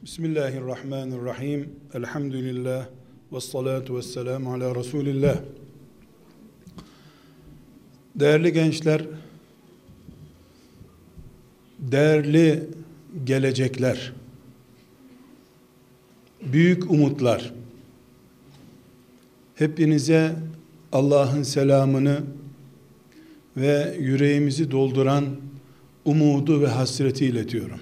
Bismillahirrahmanirrahim. Elhamdülillah. Vessalatu vesselamu ala Resulillah. Değerli gençler, değerli gelecekler, büyük umutlar. Hepinize Allah'ın selamını ve yüreğimizi dolduran umudu ve hasreti iletiyorum.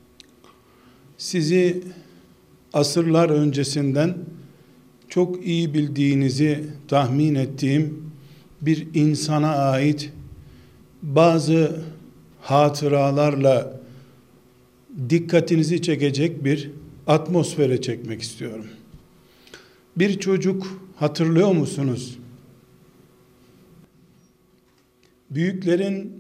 Sizi asırlar öncesinden çok iyi bildiğinizi tahmin ettiğim bir insana ait bazı hatıralarla dikkatinizi çekecek bir atmosfere çekmek istiyorum. Bir çocuk hatırlıyor musunuz? Büyüklerin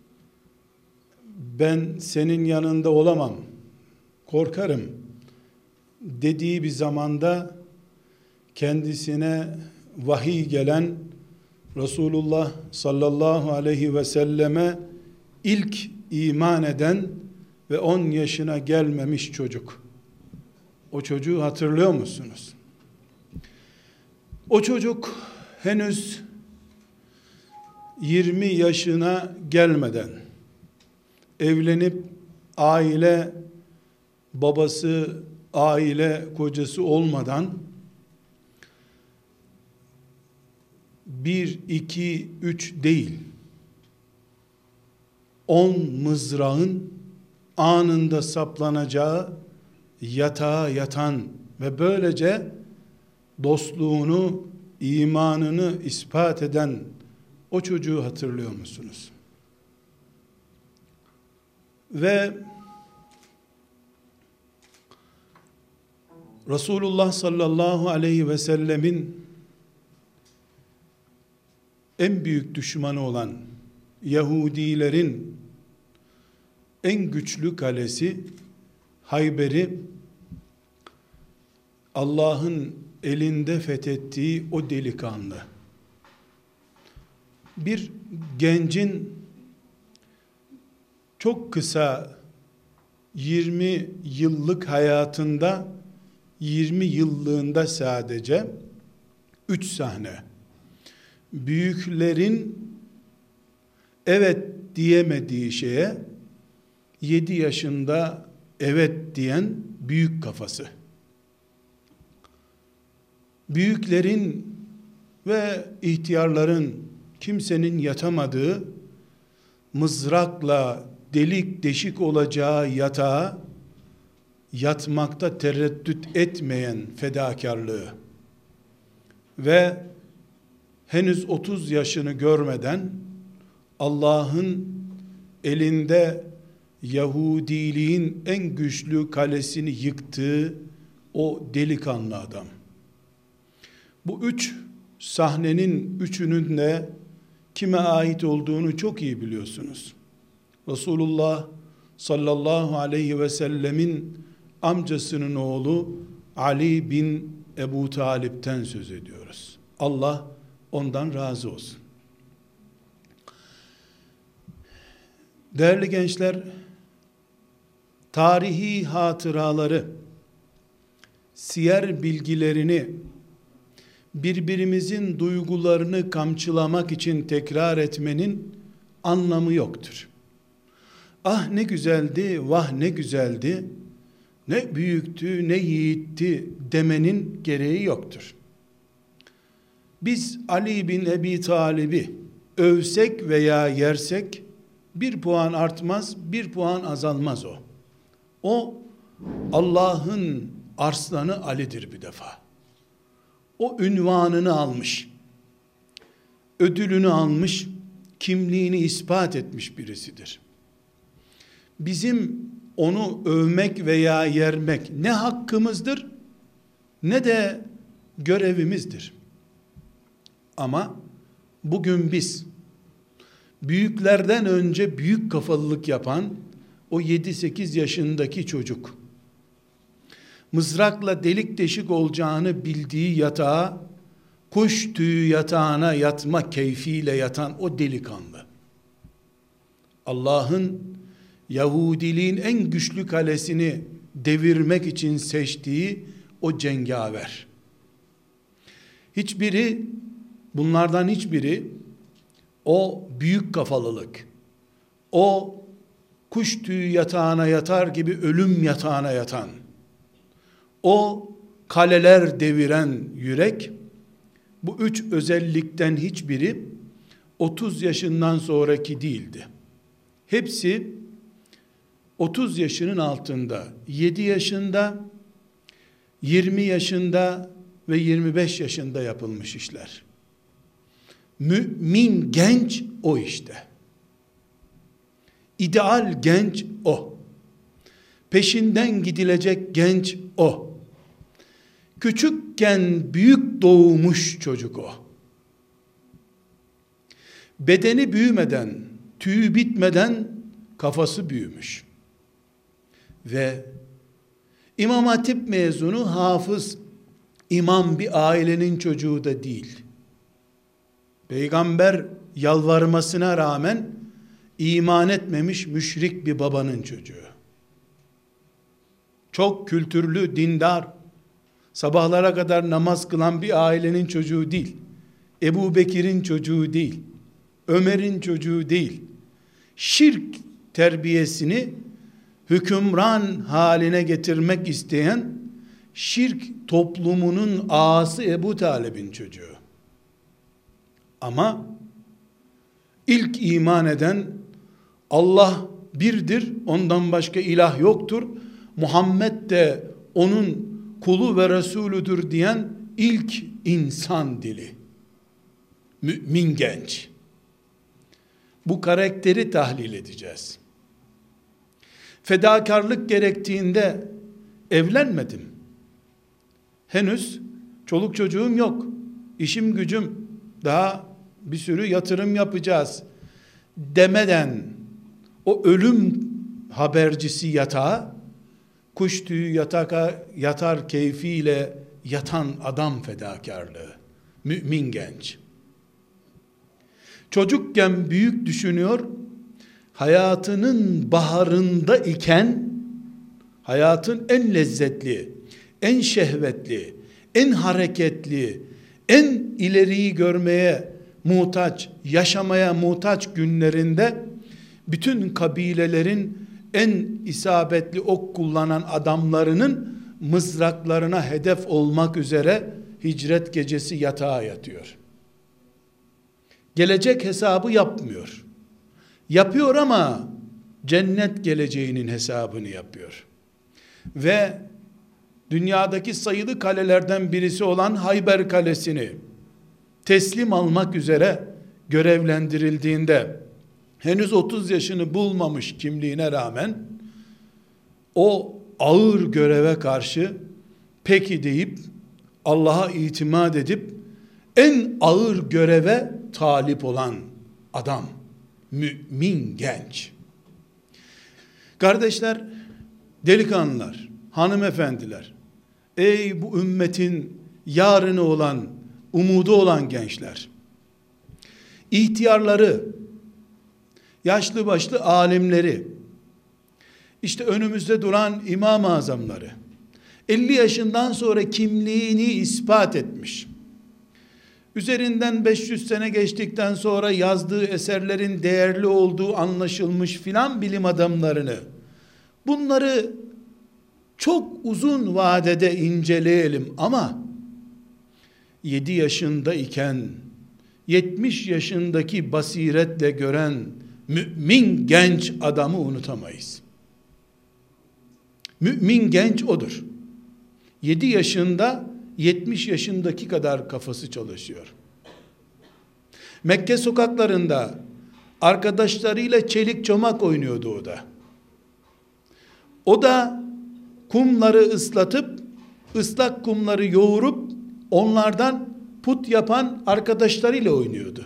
ben senin yanında olamam, korkarım dediği bir zamanda kendisine vahiy gelen Resulullah sallallahu aleyhi ve selleme ilk iman eden ve 10 yaşına gelmemiş çocuk. O çocuğu hatırlıyor musunuz? O çocuk henüz 20 yaşına gelmeden evlenip babası, kocası olmadan 1, 2, 3 değil 10 mızrağın anında saplanacağı yatağa yatan ve böylece dostluğunu, imanını ispat eden o çocuğu hatırlıyor musunuz? Ve Resulullah sallallahu aleyhi ve sellemin en büyük düşmanı olan Yahudilerin en güçlü kalesi Hayber'i Allah'ın elinde fethettiği o delikanlı, bir gencin çok kısa 20 yıllık hayatında 20 yıllığında sadece 3 sahne, büyüklerin evet diyemediği şeye 7 yaşında evet diyen büyük kafası, büyüklerin ve ihtiyarların kimsenin yatamadığı, mızrakla delik deşik olacağı yatağa yatmakta tereddüt etmeyen fedakarlığı ve henüz 30 yaşını görmeden Allah'ın elinde Yahudiliğin en güçlü kalesini yıktığı o delikanlı adam. Bu 3 sahnenin üçünün de kime ait olduğunu çok iyi biliyorsunuz. Resulullah sallallahu aleyhi ve sellemin amcasının oğlu Ali bin Ebu Talip'ten söz ediyoruz. Allah ondan razı olsun. Değerli gençler, tarihi hatıraları, siyer bilgilerini birbirimizin duygularını kamçılamak için tekrar etmenin anlamı yoktur. Ah ne güzeldi, vah ne güzeldi, ne büyüktü, ne yiğitti demenin gereği yoktur. Biz Ali bin Ebi Talib'i övsek veya yersek 1 puan artmaz, 1 puan azalmaz o. O Allah'ın arslanı Ali'dir bir defa. O ünvanını almış, ödülünü almış, kimliğini ispat etmiş birisidir. Bizim onu övmek veya yermek ne hakkımızdır ne de görevimizdir. Ama bugün biz büyüklerden önce büyük kafalılık yapan o 7-8 yaşındaki çocuk, mızrakla delik deşik olacağını bildiği yatağa, kuş tüyü yatağına yatma keyfiyle yatan o delikanlı, Allah'ın Yahudiliğin en güçlü kalesini devirmek için seçtiği o cengaver. Bunlardan hiçbiri o büyük kafalılık, o kuş tüyü yatağına yatar gibi ölüm yatağına yatan, o kaleler deviren yürek, bu üç özellikten hiçbiri 30 yaşından sonraki değildi. Hepsi 30 yaşının altında, 7 yaşında, 20 yaşında ve 25 yaşında yapılmış işler. Mümin genç o işte. İdeal genç o. Peşinden gidilecek genç o. Küçükken büyük doğmuş çocuk o. Bedeni büyümeden, tüyü bitmeden kafası büyümüş. Ve İmam Hatip mezunu, hafız, imam bir ailenin çocuğu da değil. Peygamber yalvarmasına rağmen iman etmemiş müşrik bir babanın çocuğu. Çok kültürlü, dindar, sabahlara kadar namaz kılan bir ailenin çocuğu değil. Ebu Bekir'in çocuğu değil. Ömer'in çocuğu değil. Şirk terbiyesini hükümran haline getirmek isteyen şirk toplumunun ağası Ebu Talib'in çocuğu. Ama ilk iman eden, Allah birdir, ondan başka ilah yoktur, Muhammed de onun kulu ve Resulüdür diyen ilk insan dili. Mümin genç. Bu karakteri tahlil edeceğiz. Fedakarlık gerektiğinde evlenmedim. Henüz çoluk çocuğum yok. İşim gücüm, daha bir sürü yatırım yapacağız demeden o ölüm habercisi yatağa, kuş tüyü yatar keyfiyle yatan adam fedakarlığı. Mümin genç. Çocukken büyük düşünüyor, hayatının baharında iken, hayatın en lezzetli, en şehvetli, en hareketli, en ileriyi görmeye muhtaç, yaşamaya muhtaç günlerinde, bütün kabilelerin en isabetli ok kullanan adamlarının mızraklarına hedef olmak üzere hicret gecesi yatağa yatıyor. Gelecek hesabı yapmıyor. Yapıyor ama cennet geleceğinin hesabını yapıyor. Ve dünyadaki sayılı kalelerden birisi olan Hayber Kalesi'ni teslim almak üzere görevlendirildiğinde, henüz 30 yaşını bulmamış kimliğine rağmen, o ağır göreve karşı peki deyip, Allah'a itimat edip, en ağır göreve talip olan adam, mümin genç. Kardeşler, delikanlılar, hanımefendiler, ey bu ümmetin yarını olan, umudu olan gençler, ihtiyarları, yaşlı başlı alimleri, işte önümüzde duran İmam-ı Azamları, 50 yaşından sonra kimliğini ispat etmiş, üzerinden 500 sene geçtikten sonra yazdığı eserlerin değerli olduğu anlaşılmış filan bilim adamlarını, bunları çok uzun vadede inceleyelim ama 7 yaşındayken 70 yaşındaki basiretle gören mümin genç adamı unutamayız. Mümin genç odur. 7 yaşında 70 yaşındaki kadar kafası çalışıyor. Mekke sokaklarında arkadaşlarıyla çelik çomak oynuyordu o da. O da kumları ıslatıp, ıslak kumları yoğurup, onlardan put yapan arkadaşlarıyla oynuyordu.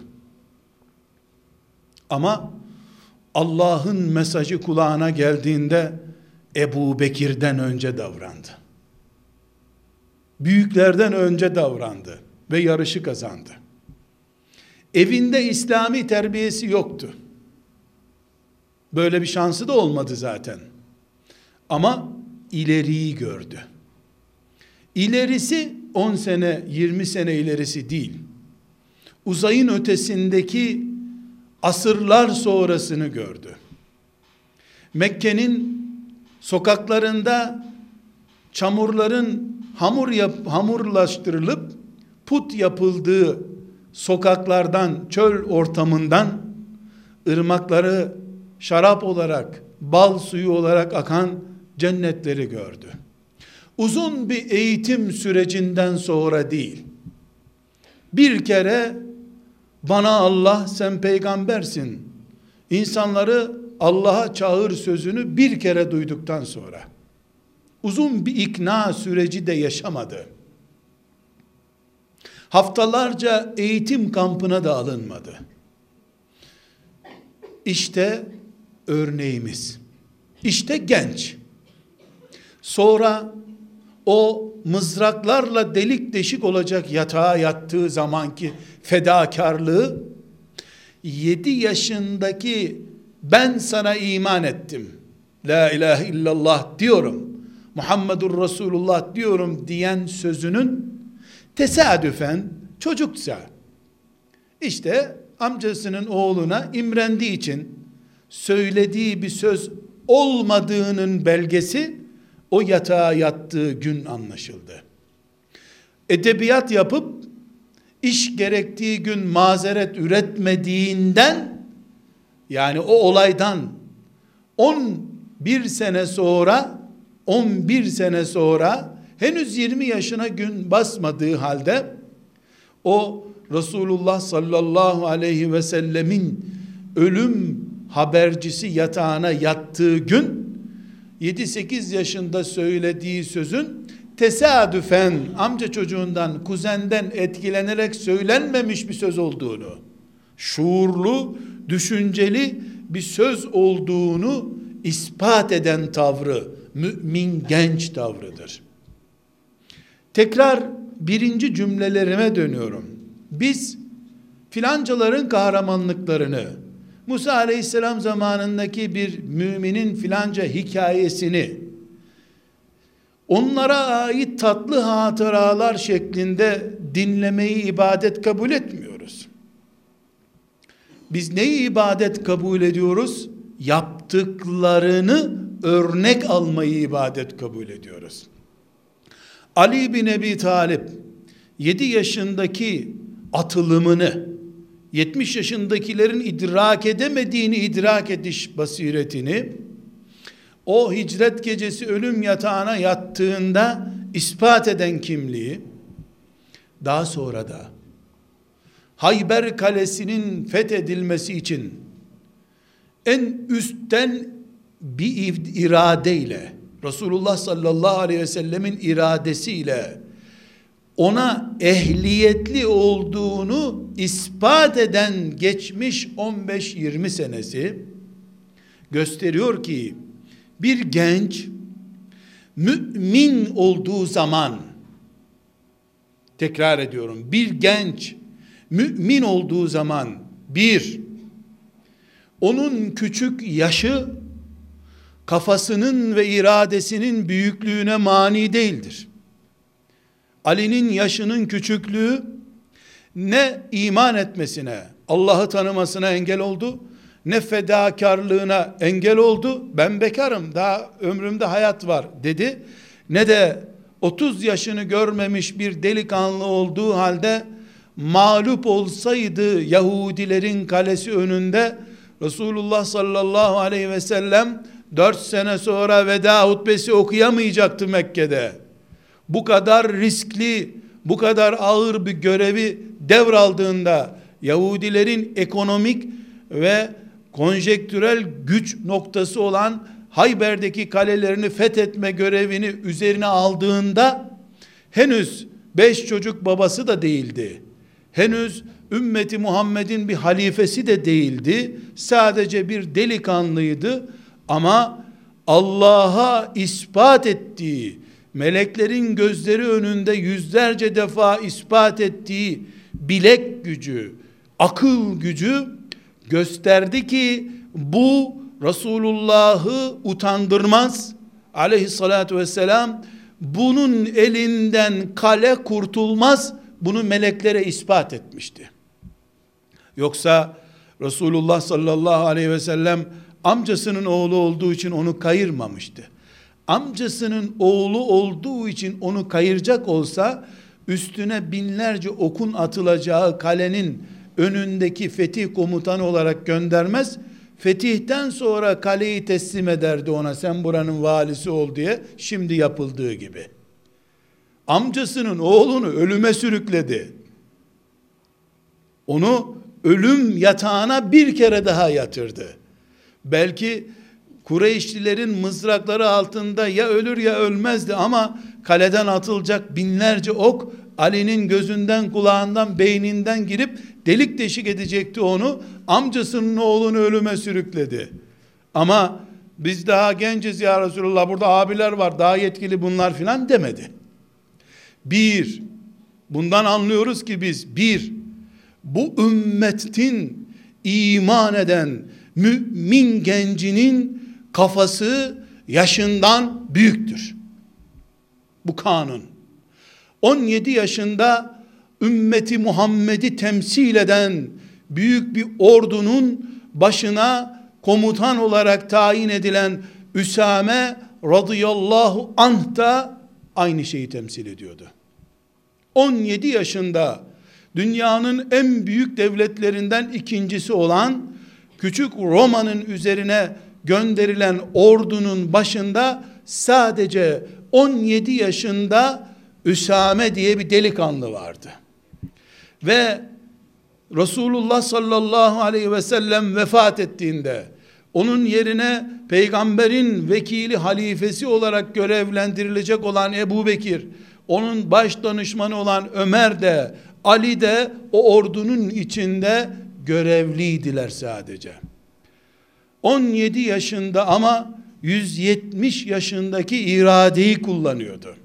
Ama Allah'ın mesajı kulağına geldiğinde Ebu Bekir'den önce davrandı. Büyüklerden önce davrandı ve yarışı kazandı. Evinde İslami terbiyesi yoktu. Böyle bir şansı da olmadı zaten. Ama ileriyi gördü. İlerisi 10 sene, 20 sene ilerisi değil. Uzayın ötesindeki asırlar sonrasını gördü. Mekke'nin sokaklarında çamurların hamurlaştırılıp put yapıldığı sokaklardan, çöl ortamından ırmakları şarap olarak, bal suyu olarak akan cennetleri gördü. Uzun bir eğitim sürecinden sonra değil, bir kere bana Allah sen peygambersin, insanları Allah'a çağır sözünü bir kere duyduktan sonra, uzun bir ikna süreci de yaşamadı. Haftalarca eğitim kampına da alınmadı. İşte örneğimiz. İşte genç. Sonra o mızraklarla delik deşik olacak yatağa yattığı zamanki fedakarlığı, 7 yaşındaki ben sana iman ettim, la ilahe illallah diyorum, Muhammedur Resulullah diyorum diyen sözünün tesadüfen çocuksa, işte amcasının oğluna imrendiği için söylediği bir söz olmadığının belgesi o yatağa yattığı gün anlaşıldı. Edebiyat yapıp iş gerektiği gün mazeret üretmediğinden, yani o olaydan 11 sene sonra henüz 20 yaşına gün basmadığı halde o Resulullah sallallahu aleyhi ve sellemin ölüm habercisi yatağına yattığı gün 7-8 yaşında söylediği sözün tesadüfen amca çocuğundan, kuzenden etkilenerek söylenmemiş bir söz olduğunu, şuurlu, düşünceli bir söz olduğunu ispat eden tavrı, mümin genç tavrıdır. Tekrar birinci cümlelerime dönüyorum. Biz filancaların kahramanlıklarını, Musa aleyhisselam zamanındaki bir müminin filanca hikayesini, onlara ait tatlı hatıralar şeklinde dinlemeyi ibadet kabul etmiyoruz. Biz neyi ibadet kabul ediyoruz? Yaptıklarını örnek almayı ibadet kabul ediyoruz. Ali bin Ebi Talib 7 yaşındaki atılımını, 70 yaşındakilerin idrak edemediğini idrak ediş basiretini, o hicret gecesi ölüm yatağına yattığında ispat eden kimliği, daha sonra da Hayber Kalesi'nin fethedilmesi için en üstten bir iradeyle, Resulullah sallallahu aleyhi ve sellemin iradesiyle ona ehliyetli olduğunu ispat eden geçmiş 15-20 senesi gösteriyor ki bir genç mümin olduğu zaman, tekrar ediyorum, bir genç mümin olduğu zaman, onun küçük yaşı kafasının ve iradesinin büyüklüğüne mani değildir. Ali'nin yaşının küçüklüğü ne iman etmesine, Allah'ı tanımasına engel oldu, ne fedakarlığına engel oldu. Ben bekarım, daha ömrümde hayat var dedi. Ne de 30 yaşını görmemiş bir delikanlı olduğu halde mağlup olsaydı Yahudilerin kalesi önünde Resulullah sallallahu aleyhi ve sellem 4 sene sonra veda hutbesi okuyamayacaktı Mekke'de. Bu kadar riskli, bu kadar ağır bir görevi devraldığında Yahudilerin ekonomik ve konjektürel güç noktası olan Hayber'deki kalelerini fethetme görevini üzerine aldığında henüz 5 çocuk babası da değildi. Henüz ümmeti Muhammed'in bir halifesi de değildi. Sadece bir delikanlıydı ama Allah'a ispat ettiği, meleklerin gözleri önünde yüzlerce defa ispat ettiği bilek gücü, akıl gücü gösterdi ki bu Resulullah'ı utandırmaz, aleyhissalatu vesselam bunun elinden kale kurtulmaz, bunu meleklere ispat etmişti. Yoksa Resulullah sallallahu aleyhi ve sellem amcasının oğlu olduğu için onu kayırmamıştı. Amcasının oğlu olduğu için onu kayıracak olsa, üstüne binlerce okun atılacağı kalenin önündeki fetih komutanı olarak göndermez, fetihten sonra kaleyi teslim ederdi ona, sen buranın valisi ol diye, şimdi yapıldığı gibi. Amcasının oğlunu ölüme sürükledi. Onu ölüm yatağına bir kere daha yatırdı. Belki Kureyşlilerin mızrakları altında ya ölür ya ölmezdi, ama kaleden atılacak binlerce ok Ali'nin gözünden, kulağından, beyninden girip delik deşik edecekti onu. Amcasının oğlunu ölüme sürükledi. Ama biz daha genciz ya Resulullah, burada abiler var, daha yetkili bunlar filan demedi. Bundan anlıyoruz ki bu ümmetin iman eden mümin gencinin kafası yaşından büyüktür. Bu kanun. 17 yaşında ümmeti Muhammed'i temsil eden büyük bir ordunun başına komutan olarak tayin edilen Üsame radıyallahu anh da aynı şeyi temsil ediyordu. 17 yaşında dünyanın en büyük devletlerinden ikincisi olan küçük Roma'nın üzerine gönderilen ordunun başında sadece 17 yaşında Üsame diye bir delikanlı vardı. Ve Resulullah sallallahu aleyhi ve sellem vefat ettiğinde onun yerine peygamberin vekili, halifesi olarak görevlendirilecek olan Ebu Bekir, onun baş danışmanı olan Ömer de, Ali de o ordunun içinde görevliydiler sadece. 17 yaşında ama 170 yaşındaki iradeyi kullanıyordu.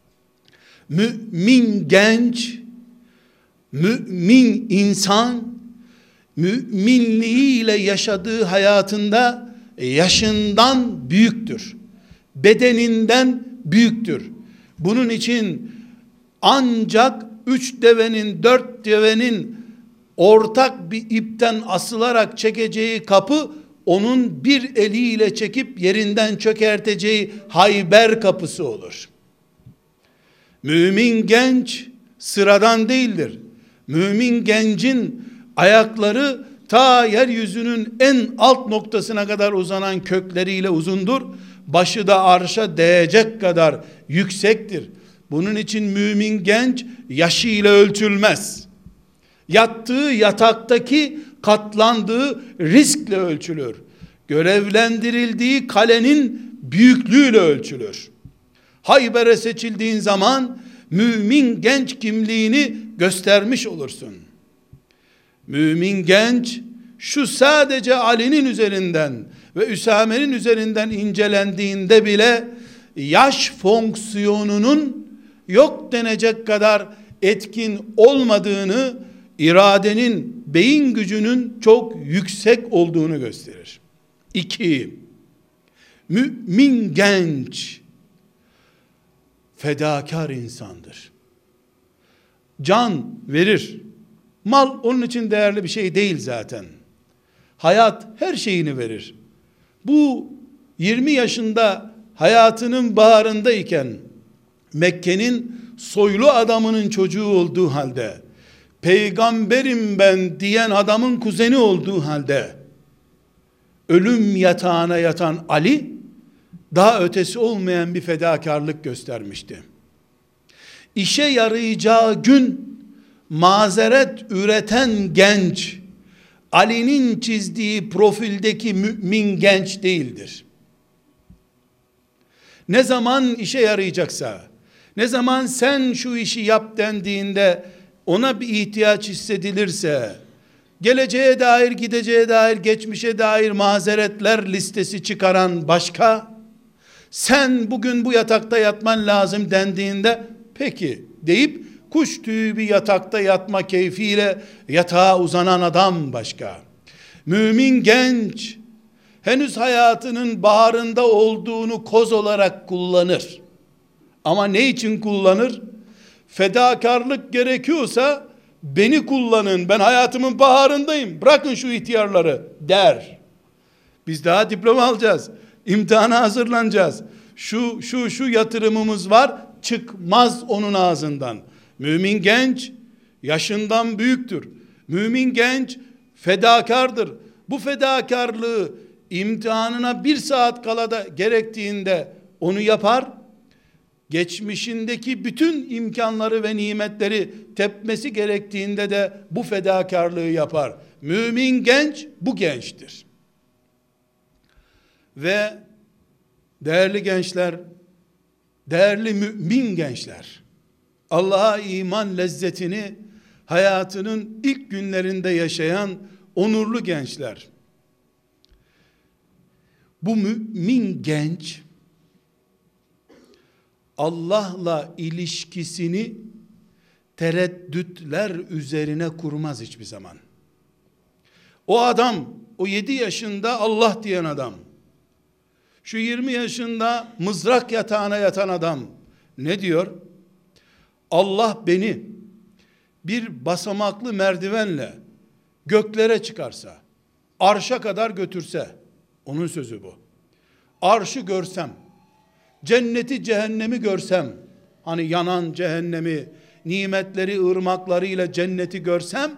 Mümin genç, mümin insan, müminliğiyle yaşadığı hayatında yaşından büyüktür. Bedeninden büyüktür. Bunun için ancak 3 devenin, 4 devenin ortak bir ipten asılarak çekeceği kapı, onun bir eliyle çekip yerinden çökerteceği Hayber kapısı olur. Mümin genç sıradan değildir. Mümin gencin ayakları ta yeryüzünün en alt noktasına kadar uzanan kökleriyle uzundur. Başı da arşa değecek kadar yüksektir. Bunun için mümin genç yaşıyla ölçülmez. Yattığı yataktaki katlandığı riskle ölçülür. Görevlendirildiği kalenin büyüklüğüyle ölçülür. Hayber'e seçildiğin zaman mümin genç kimliğini göstermiş olursun. Mümin genç şu sadece Ali'nin üzerinden ve Üsame'nin üzerinden incelendiğinde bile yaş fonksiyonunun yok denecek kadar etkin olmadığını, iradenin, beyin gücünün çok yüksek olduğunu gösterir. 2. Mümin genç fedakar insandır. Can verir. Mal onun için değerli bir şey değil zaten. Hayat her şeyini verir. Bu 20 yaşında hayatının baharındayken Mekke'nin soylu adamının çocuğu olduğu halde, peygamberim ben diyen adamın kuzeni olduğu halde, ölüm yatağına yatan Ali daha ötesi olmayan bir fedakarlık göstermişti. İşe yarayacağı gün mazeret üreten genç, Ali'nin çizdiği profildeki mümin genç değildir. Ne zaman işe yarayacaksa, ne zaman sen şu işi yap dendiğinde ona bir ihtiyaç hissedilirse, geleceğe dair, gideceğe dair, geçmişe dair mazeretler listesi çıkaran başka, sen bugün bu yatakta yatman lazım dendiğinde peki deyip kuş tüyü bir yatakta yatma keyfiyle yatağa uzanan adam başka. Mümin genç henüz hayatının baharında olduğunu koz olarak kullanır. Ama ne için kullanır? Fedakarlık gerekiyorsa beni kullanın, ben hayatımın baharındayım, bırakın şu ihtiyarları der. Biz daha diploma alacağız, imtihana hazırlanacağız, şu yatırımımız var, çıkmaz onun ağzından. Mümin genç yaşından büyüktür. Mümin genç fedakardır. Bu fedakarlığı imtihanına 1 saat kala da gerektiğinde onu yapar. Geçmişindeki bütün imkanları ve nimetleri tepmesi gerektiğinde de bu fedakarlığı yapar. Mümin genç bu gençtir. Ve değerli gençler, değerli mümin gençler, Allah'a iman lezzetini hayatının ilk günlerinde yaşayan onurlu gençler. Bu mümin genç Allah'la ilişkisini tereddütler üzerine kurmaz hiçbir zaman. O adam, o 7 yaşında Allah diyen adam, şu 20 yaşında mızrak yatağına yatan adam ne diyor? Allah beni bir basamaklı merdivenle göklere çıkarsa, arşa kadar götürse, onun sözü bu. Arşı görsem, cenneti cehennemi görsem, hani yanan cehennemi, nimetleri ırmaklarıyla cenneti görsem,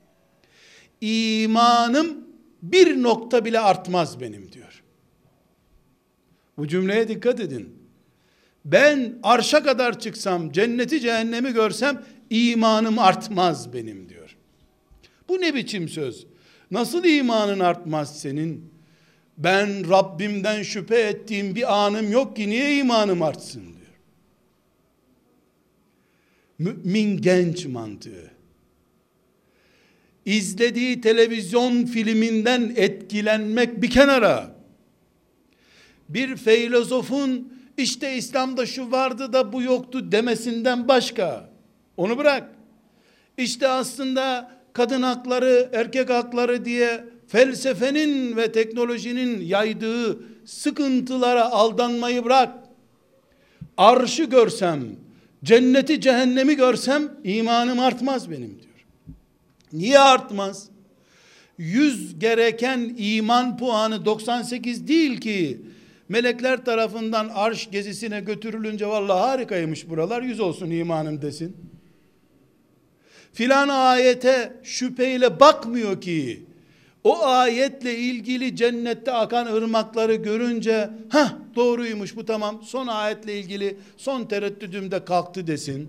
imanım 1 nokta bile artmaz benim diyor. Bu cümleye dikkat edin. Ben arşa kadar çıksam, cenneti cehennemi görsem, imanım artmaz benim diyor. Bu ne biçim söz? Nasıl imanın artmaz senin? Ben Rabbimden şüphe ettiğim bir anım yok ki niye imanım artsın diyor. Mümin genç mantığı. İzlediği televizyon filminden etkilenmek bir kenara, bir filozofun işte İslam'da şu vardı da bu yoktu demesinden başka, onu bırak. İşte aslında kadın hakları, erkek hakları diye felsefenin ve teknolojinin yaydığı sıkıntılara aldanmayı bırak. Arşı görsem, cenneti cehennemi görsem imanım artmaz benim diyor. Niye artmaz? 100 gereken iman puanı 98 değil ki. Melekler tarafından arş gezisine götürülünce vallahi harikaymış buralar, 100 olsun imanım desin. Filan ayete şüpheyle bakmıyor ki. O ayetle ilgili cennette akan ırmakları görünce doğruymuş bu, tamam, son ayetle ilgili son tereddüdümde kalktı desin.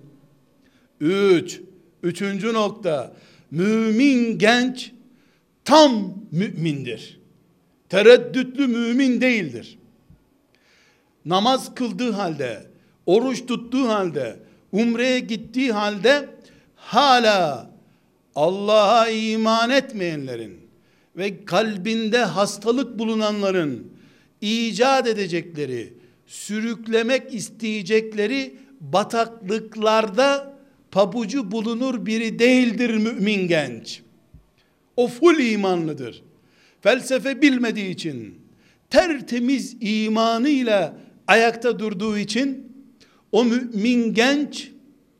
Üçüncü nokta, mümin genç tam mümindir. Tereddütlü mümin değildir. Namaz kıldığı halde, oruç tuttuğu halde, umreye gittiği halde hala Allah'a iman etmeyenlerin ve kalbinde hastalık bulunanların icat edecekleri, sürüklemek isteyecekleri bataklıklarda pabucu bulunur biri değildir mümin genç. O full imanlıdır. Felsefe bilmediği için, tertemiz imanıyla ayakta durduğu için o mümin genç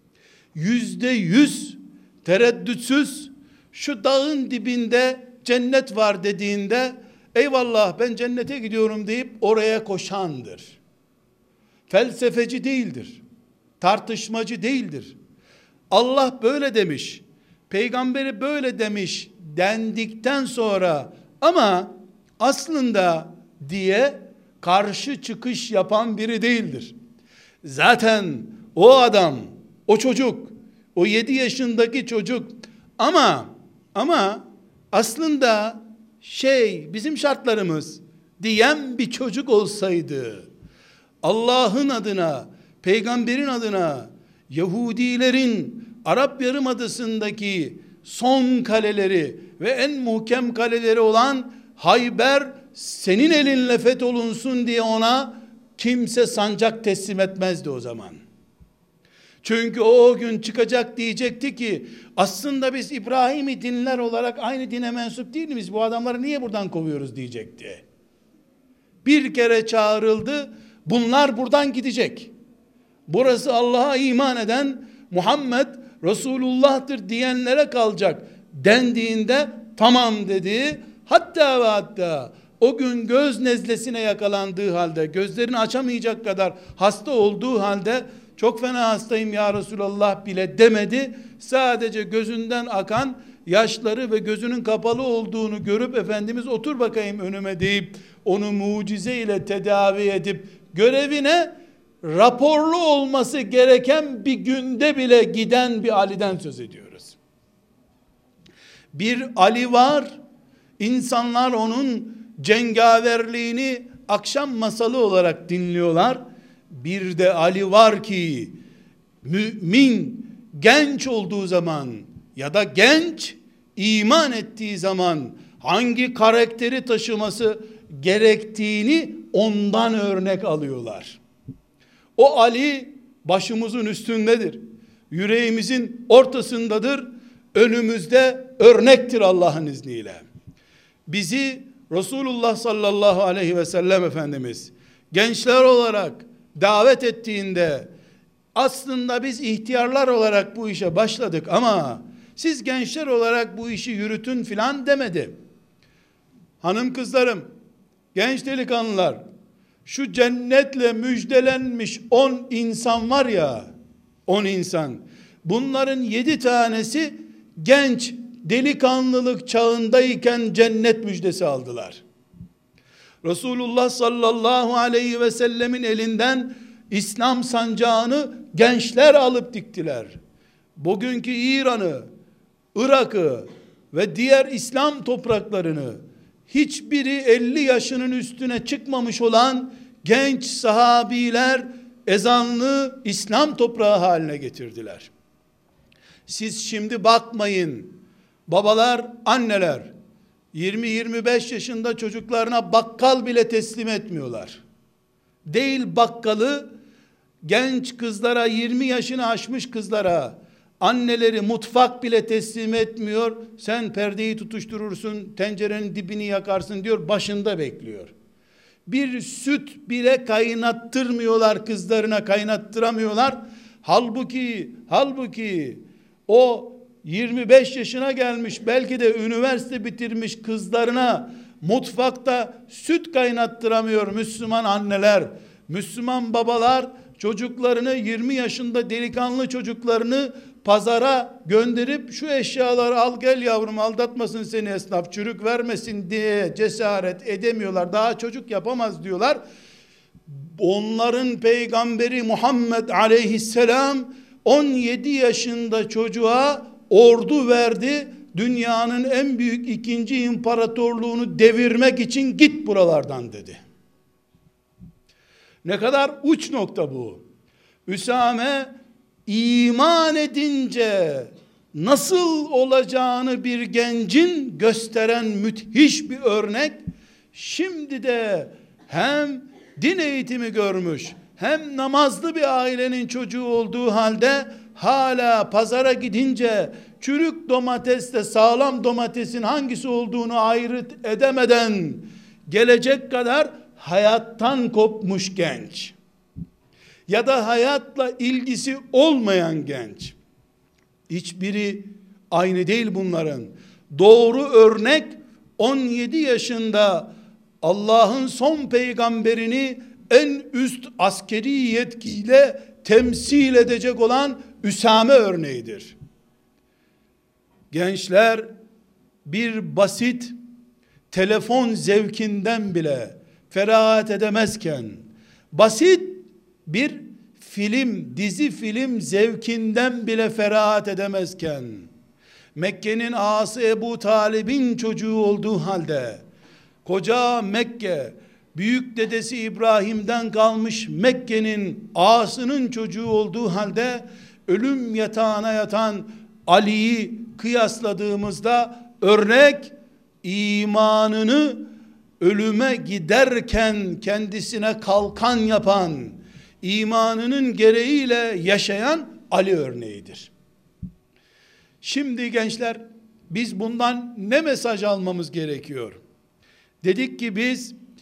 %100 tereddütsüz şu dağın dibinde cennet var dediğinde eyvallah ben cennete gidiyorum deyip oraya koşandır. Felsefeci değildir. Tartışmacı değildir. Allah böyle demiş, peygamberi böyle demiş dendikten sonra ama aslında diye karşı çıkış yapan biri değildir. Zaten o adam, o çocuk, o 7 yaşındaki çocuk ama aslında bizim şartlarımız diyen bir çocuk olsaydı, Allah'ın adına, peygamberin adına, Yahudilerin Arap Yarımadası'ndaki son kaleleri ve en muhkem kaleleri olan Hayber senin elinle fetholunsun diye ona kimse sancak teslim etmezdi o zaman. Çünkü o gün çıkacak, diyecekti ki aslında biz İbrahim'i dinler olarak aynı dine mensup değil miyiz? Bu adamları niye buradan kovuyoruz diyecekti. bir kere çağrıldı. Bunlar buradan gidecek. Burası Allah'a iman eden Muhammed Resulullah'tır diyenlere kalacak dendiğinde tamam dedi. Hatta ve hatta o gün göz nezlesine yakalandığı halde, gözlerini açamayacak kadar hasta olduğu halde çok fena hastayım ya Resulallah bile demedi. Sadece gözünden akan yaşları ve gözünün kapalı olduğunu görüp Efendimiz otur bakayım önüme deyip onu mucize ile tedavi edip görevine raporlu olması gereken bir günde bile giden bir Ali'den söz ediyoruz. Bir Ali var, insanlar onun cengaverliğini akşam masalı olarak dinliyorlar. Bir de Ali var ki mümin genç olduğu zaman ya da genç iman ettiği zaman hangi karakteri taşıması gerektiğini ondan örnek alıyorlar. O Ali başımızın üstündedir. Yüreğimizin ortasındadır. Önümüzde örnektir Allah'ın izniyle. Bizi Resulullah sallallahu aleyhi ve sellem Efendimiz gençler olarak davet ettiğinde aslında biz ihtiyarlar olarak bu işe başladık ama siz gençler olarak bu işi yürütün filan demedi. Hanım kızlarım, genç delikanlılar, şu cennetle müjdelenmiş 10 insan var ya, 10 insan, bunların 7 tanesi genç delikanlılık çağındayken cennet müjdesi aldılar. Resulullah sallallahu aleyhi ve sellemin elinden İslam sancağını gençler alıp diktiler. Bugünkü İran'ı, Irak'ı ve diğer İslam topraklarını hiçbiri 50 yaşının üstüne çıkmamış olan genç sahabiler ezanlı İslam toprağı haline getirdiler. Siz şimdi bakmayın, babalar, anneler 20-25 yaşında çocuklarına bakkal bile teslim etmiyorlar. Değil bakkalı, genç kızlara, 20 yaşını aşmış kızlara anneleri mutfak bile teslim etmiyor. Sen perdeyi tutuşturursun, tencerenin dibini yakarsın diyor, başında bekliyor. Bir süt bile kaynattırmıyorlar kızlarına, kaynattıramıyorlar. Halbuki o 25 yaşına gelmiş, belki de üniversite bitirmiş kızlarına mutfakta süt kaynattıramıyor Müslüman anneler, Müslüman babalar çocuklarını, 20 yaşında delikanlı çocuklarını pazara gönderip şu eşyaları al gel yavrum, aldatmasın seni esnaf, çürük vermesin diye cesaret edemiyorlar. Daha çocuk yapamaz diyorlar. Onların peygamberi Muhammed aleyhisselam 17 yaşında çocuğa ordu verdi. Dünyanın en büyük ikinci imparatorluğunu devirmek için git buralardan dedi. Ne kadar uç nokta bu. Üsame iman edince nasıl olacağını bir gencin gösteren müthiş bir örnek. Şimdi de hem din eğitimi görmüş, hem namazlı bir ailenin çocuğu olduğu halde hala pazara gidince çürük domatesle sağlam domatesin hangisi olduğunu ayırt edemeden gelecek kadar hayattan kopmuş genç ya da hayatla ilgisi olmayan genç, hiçbiri aynı değil bunların. Doğru örnek 17 yaşında Allah'ın son peygamberini en üst askeri yetkiyle temsil edecek olan Üsame örneğidir. Gençler bir basit telefon zevkinden bile ferahat edemezken, basit bir dizi film zevkinden bile ferahat edemezken, Mekke'nin ağası Ebu Talib'in çocuğu olduğu halde, koca Mekke, büyük dedesi İbrahim'den kalmış Mekke'nin ağasının çocuğu olduğu halde, ölüm yatağına yatan Ali'yi kıyasladığımızda örnek, imanını ölüme giderken kendisine kalkan yapan, imanının gereğiyle yaşayan Ali örneğidir. Şimdi gençler, biz bundan ne mesaj almamız gerekiyor? Dedik ki biz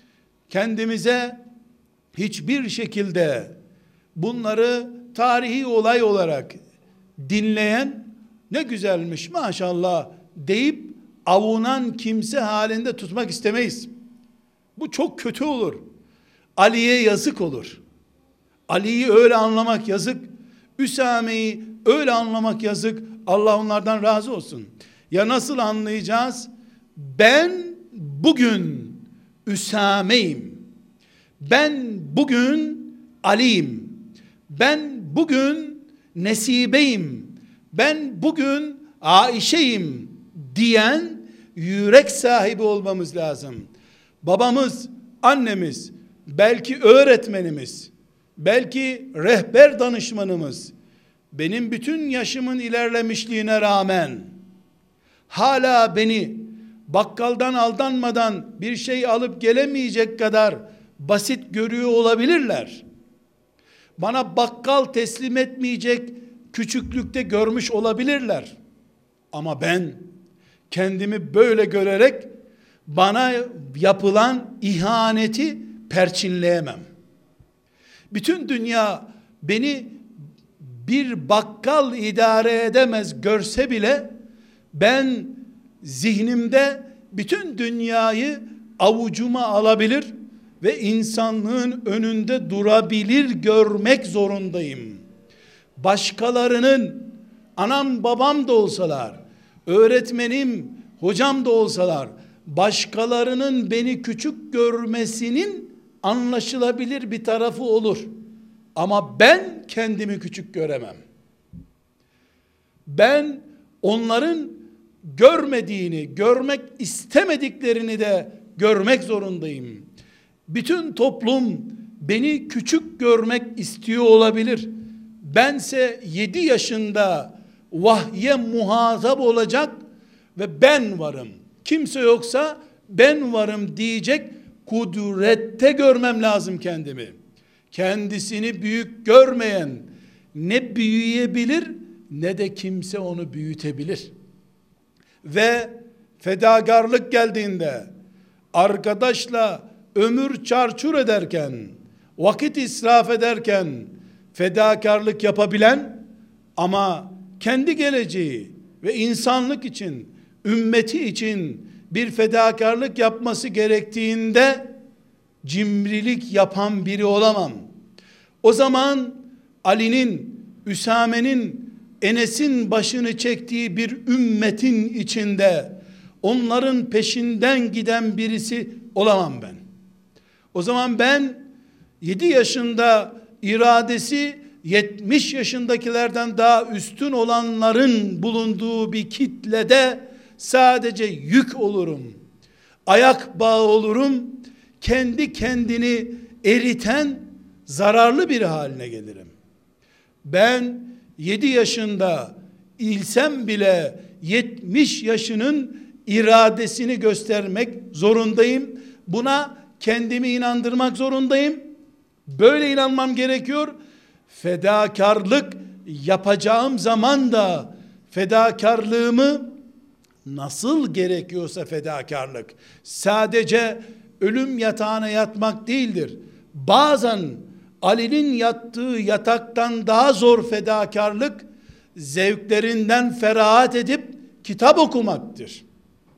kendimize hiçbir şekilde bunları tarihi olay olarak dinleyen, ne güzelmiş maşallah deyip avunan kimse halinde tutmak istemeyiz. Bu çok kötü olur. Ali'ye yazık olur. Ali'yi öyle anlamak yazık. Üsame'yi öyle anlamak yazık. Allah onlardan razı olsun. Ya nasıl anlayacağız? Ben bugün Üsame'yim. Ben bugün Ali'yim. Ben bugün Nesibe'yim. Ben bugün Aişe'yim diyen yürek sahibi olmamız lazım. Babamız, annemiz, belki öğretmenimiz, belki rehber danışmanımız, benim bütün yaşımın ilerlemişliğine rağmen hala beni bakkaldan aldanmadan bir şey alıp gelemeyecek kadar basit görüyor olabilirler. Bana bakkal teslim etmeyecek küçüklükte görmüş olabilirler. Ama ben kendimi böyle görerek bana yapılan ihaneti perçinleyemem. Bütün dünya beni bir bakkal idare edemez görse bile ben zihnimde bütün dünyayı avucuma alabilir ve insanlığın önünde durabilir görmek zorundayım. Başkalarının, anam babam da olsalar, öğretmenim, hocam da olsalar, başkalarının beni küçük görmesinin anlaşılabilir bir tarafı olur. Ama ben kendimi küçük göremem. Ben onların görmediğini, görmek istemediklerini de görmek zorundayım. Bütün toplum beni küçük görmek istiyor olabilir. Bense 7 yaşında vahye muhatap olacak ve ben varım, kimse yoksa ben varım diyecek kudrette görmem lazım kendimi. Kendisini büyük görmeyen ne büyüyebilir ne de kimse onu büyütebilir. Ve fedakarlık geldiğinde, arkadaşla ömür çarçur ederken, vakit israf ederken fedakarlık yapabilen ama kendi geleceği ve insanlık için, ümmeti için bir fedakarlık yapması gerektiğinde cimrilik yapan biri olamam. O zaman Ali'nin, Üsame'nin, Enes'in başını çektiği bir ümmetin içinde onların peşinden giden birisi olamam ben. O zaman ben 7 yaşında iradesi 70 yaşındakilerden daha üstün olanların bulunduğu bir kitlede sadece yük olurum. Ayak bağı olurum. Kendi kendini eriten zararlı bir haline gelirim. Ben 7 yaşında ilsem bile 70 yaşının iradesini göstermek zorundayım. Buna kendimi inandırmak zorundayım. Böyle inanmam gerekiyor. Fedakarlık yapacağım zaman da fedakarlığımı nasıl gerekiyorsa fedakarlık, sadece ölüm yatağına yatmak değildir. Bazen Ali'nin yattığı yataktan daha zor fedakarlık, zevklerinden ferahat edip kitap okumaktır.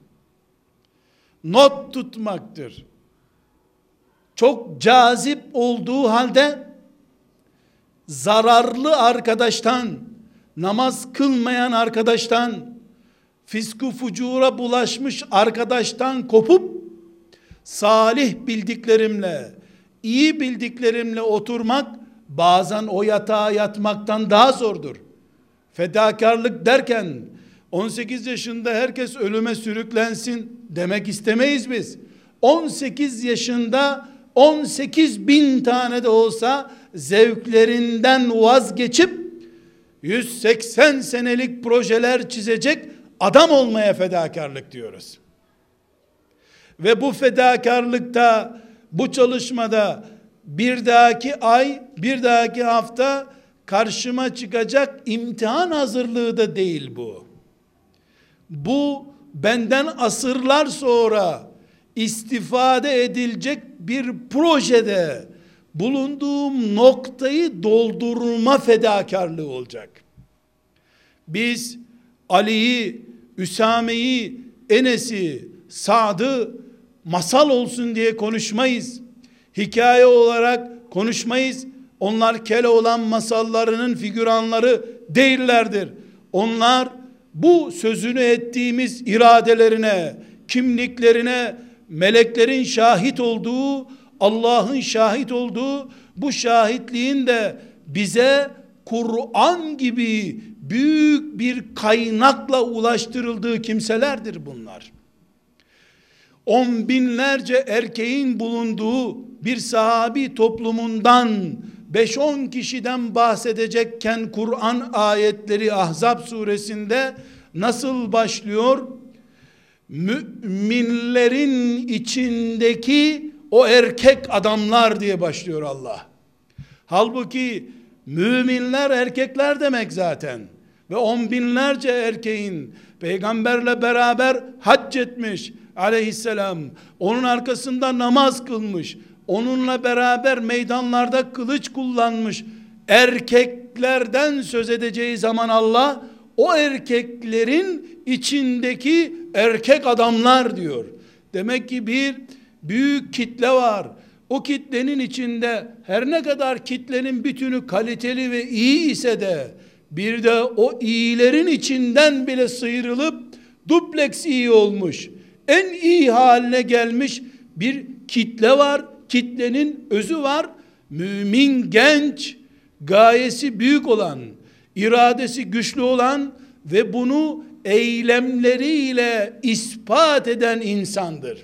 Not tutmaktır. Çok cazip olduğu halde zararlı arkadaştan, namaz kılmayan arkadaştan, fisku fucura bulaşmış arkadaştan kopup salih bildiklerimle, iyi bildiklerimle oturmak bazen o yatağa yatmaktan daha zordur. Fedakarlık derken 18 yaşında herkes ölüme sürüklensin demek istemeyiz biz. 18 yaşında 18 bin tane de olsa zevklerinden vazgeçip 180 senelik projeler çizecek adam olmaya fedakarlık diyoruz. Ve bu fedakarlıkta, bu çalışmada bir dahaki ay, bir dahaki hafta karşıma çıkacak imtihan hazırlığı da değil bu. Bu benden asırlar sonra istifade edilecek bir projede bulunduğum noktayı doldurma fedakarlığı olacak. Biz Ali'yi, Üsame'yi, Enes'i, Sa'd'ı masal olsun diye konuşmayız. Hikaye olarak konuşmayız. Onlar Keloğlan masallarının figüranları değillerdir. Onlar bu sözünü ettiğimiz iradelerine, kimliklerine, meleklerin şahit olduğu, Allah'ın şahit olduğu bu şahitliğin de bize Kur'an gibi büyük bir kaynakla ulaştırıldığı kimselerdir bunlar. 10 binlerce erkeğin bulunduğu bir sahabi toplumundan 5-10 kişiden bahsedecekken Kur'an ayetleri Ahzab suresinde nasıl başlıyor? Müminlerin içindeki o erkek adamlar diye başlıyor Allah. Halbuki müminler erkekler demek zaten. Ve 10 binlerce erkeğin peygamberle beraber hac etmiş aleyhisselam, onun arkasında namaz kılmış, onunla beraber meydanlarda kılıç kullanmış erkeklerden söz edeceği zaman Allah, o erkeklerin içindeki erkek adamlar diyor. Demek ki bir büyük kitle var. O kitlenin içinde her ne kadar kitlenin bütünü kaliteli ve iyi ise de bir de o iyilerin içinden bile sıyrılıp dupleks iyi olmuş, en iyi haline gelmiş bir kitle var. Kitlenin özü var. Mümin genç, gayesi büyük olan, iradesi güçlü olan ve bunu eylemleriyle ispat eden insandır.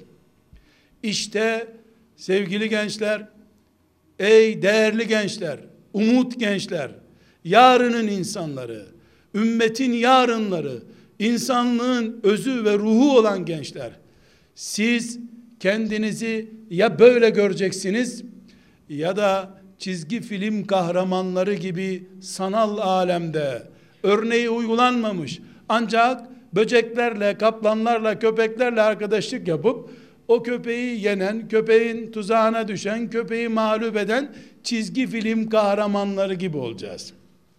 İşte sevgili gençler, ey değerli gençler, umut gençler, yarının insanları, ümmetin yarınları, insanlığın özü ve ruhu olan gençler, siz kendinizi ya böyle göreceksiniz ya da çizgi film kahramanları gibi sanal alemde örneği uygulanmamış ancak böceklerle, kaplanlarla, köpeklerle arkadaşlık yapıp o köpeği yenen, köpeğin tuzağına düşen, köpeği mağlup eden çizgi film kahramanları gibi olacağız.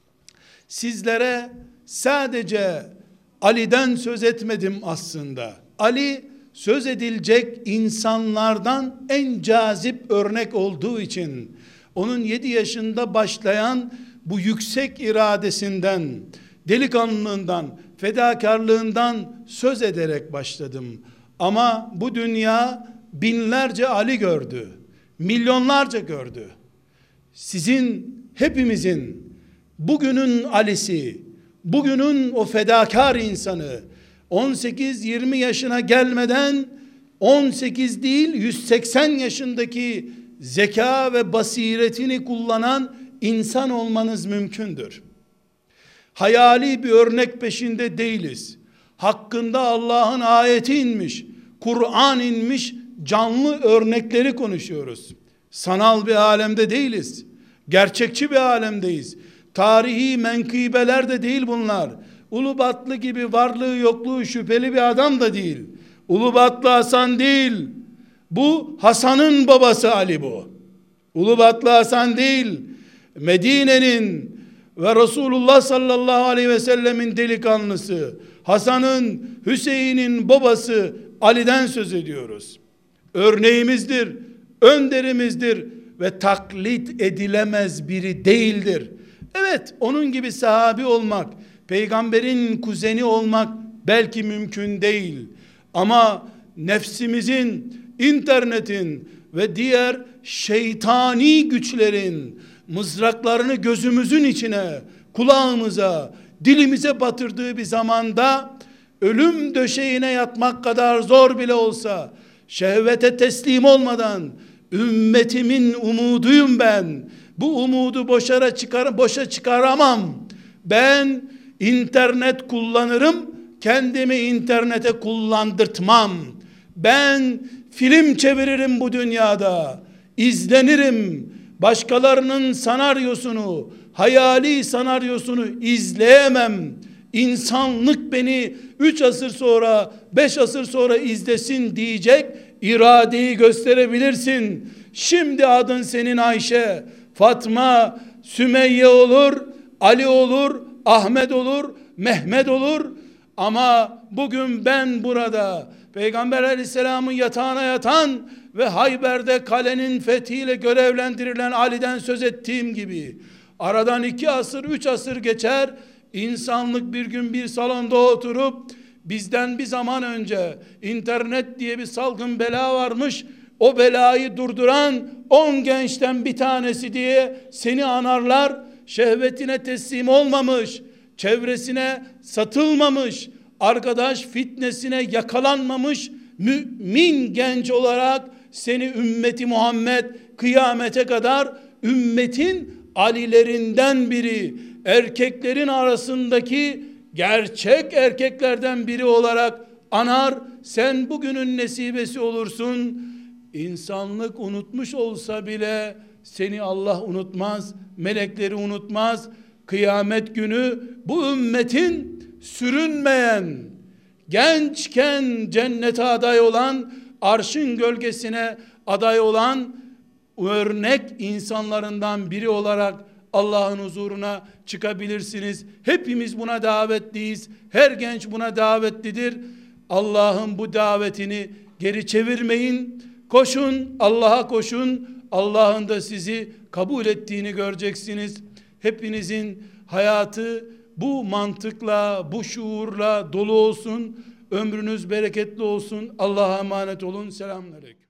Sizlere sadece Ali'den söz etmedim aslında. Ali söz edilecek insanlardan en cazip örnek olduğu için onun 7 yaşında başlayan bu yüksek iradesinden, delikanlılığından, fedakarlığından söz ederek başladım. Ama bu dünya binlerce Ali gördü, milyonlarca gördü. Sizin, hepimizin bugünün Ali'si, bugünün o fedakar insanı 18-20 yaşına gelmeden 18 değil 180 yaşındaki zeka ve basiretini kullanan insan olmanız mümkündür. Hayali bir örnek peşinde değiliz. Hakkında Allah'ın ayeti inmiş, Kur'an inmiş canlı örnekleri konuşuyoruz. Sanal bir alemde değiliz. Gerçekçi bir alemdeyiz. Tarihi menkıbeler de değil bunlar. Ulubatlı gibi varlığı yokluğu şüpheli bir adam da değil. Ulubatlı Hasan değil. Bu Hasan'ın babası Ali bu. Ulubatlı Hasan değil. Medine'nin ve Resulullah sallallahu aleyhi ve sellemin delikanlısı, Hasan'ın, Hüseyin'in babası Ali'den söz ediyoruz. Örneğimizdir, önderimizdir ve taklit edilemez biri değildir. Evet, onun gibi sahabi olmak, peygamberin kuzeni olmak belki mümkün değil. Ama nefsimizin, internetin ve diğer şeytani güçlerin mızraklarını gözümüzün içine, kulağımıza, dilimize batırdığı bir zamanda ölüm döşeğine yatmak kadar zor bile olsa şehvete teslim olmadan ümmetimin umuduyum ben. Bu umudu boşa çıkaramam. Ben internet kullanırım, kendimi internete kullandırtmam. Ben film çeviririm bu dünyada, izlenirim. Başkalarının senaryosunu, hayali senaryosunu izleyemem. İnsanlık beni 3 asır sonra, 5 asır sonra izlesin diyecek iradeyi gösterebilirsin. Şimdi adın senin Ayşe, Fatma, Sümeyye olur, Ali olur, Ahmet olur, Mehmet olur. Ama bugün ben burada Peygamber Aleyhisselam'ın yatağına yatan ve Hayber'de kalenin fethiyle görevlendirilen Ali'den söz ettiğim gibi aradan 2 asır 3 asır geçer, insanlık bir gün bir salonda oturup bizden bir zaman önce internet diye bir salgın bela varmış, o belayı durduran 10 gençten bir tanesi diye seni anarlar. Şehvetine teslim olmamış, çevresine satılmamış, arkadaş fitnesine yakalanmamış mümin genç olarak seni ümmeti Muhammed kıyamete kadar ümmetin Alilerinden biri, erkeklerin arasındaki gerçek erkeklerden biri olarak anar. Sen bugünün nesibesi olursun. İnsanlık unutmuş olsa bile seni Allah unutmaz, melekleri unutmaz. Kıyamet günü bu ümmetin sürünmeyen, gençken cennete aday olan, arşın gölgesine aday olan örnek insanlarından biri olarak Allah'ın huzuruna çıkabilirsiniz. Hepimiz buna davetliyiz. Her genç buna davetlidir. Allah'ın bu davetini geri çevirmeyin. Koşun, Allah'a koşun. Allah'ın da sizi kabul ettiğini göreceksiniz. Hepinizin hayatı bu mantıkla, bu şuurla dolu olsun. Ömrünüz bereketli olsun. Allah'a emanet olun. Selamünaleyküm.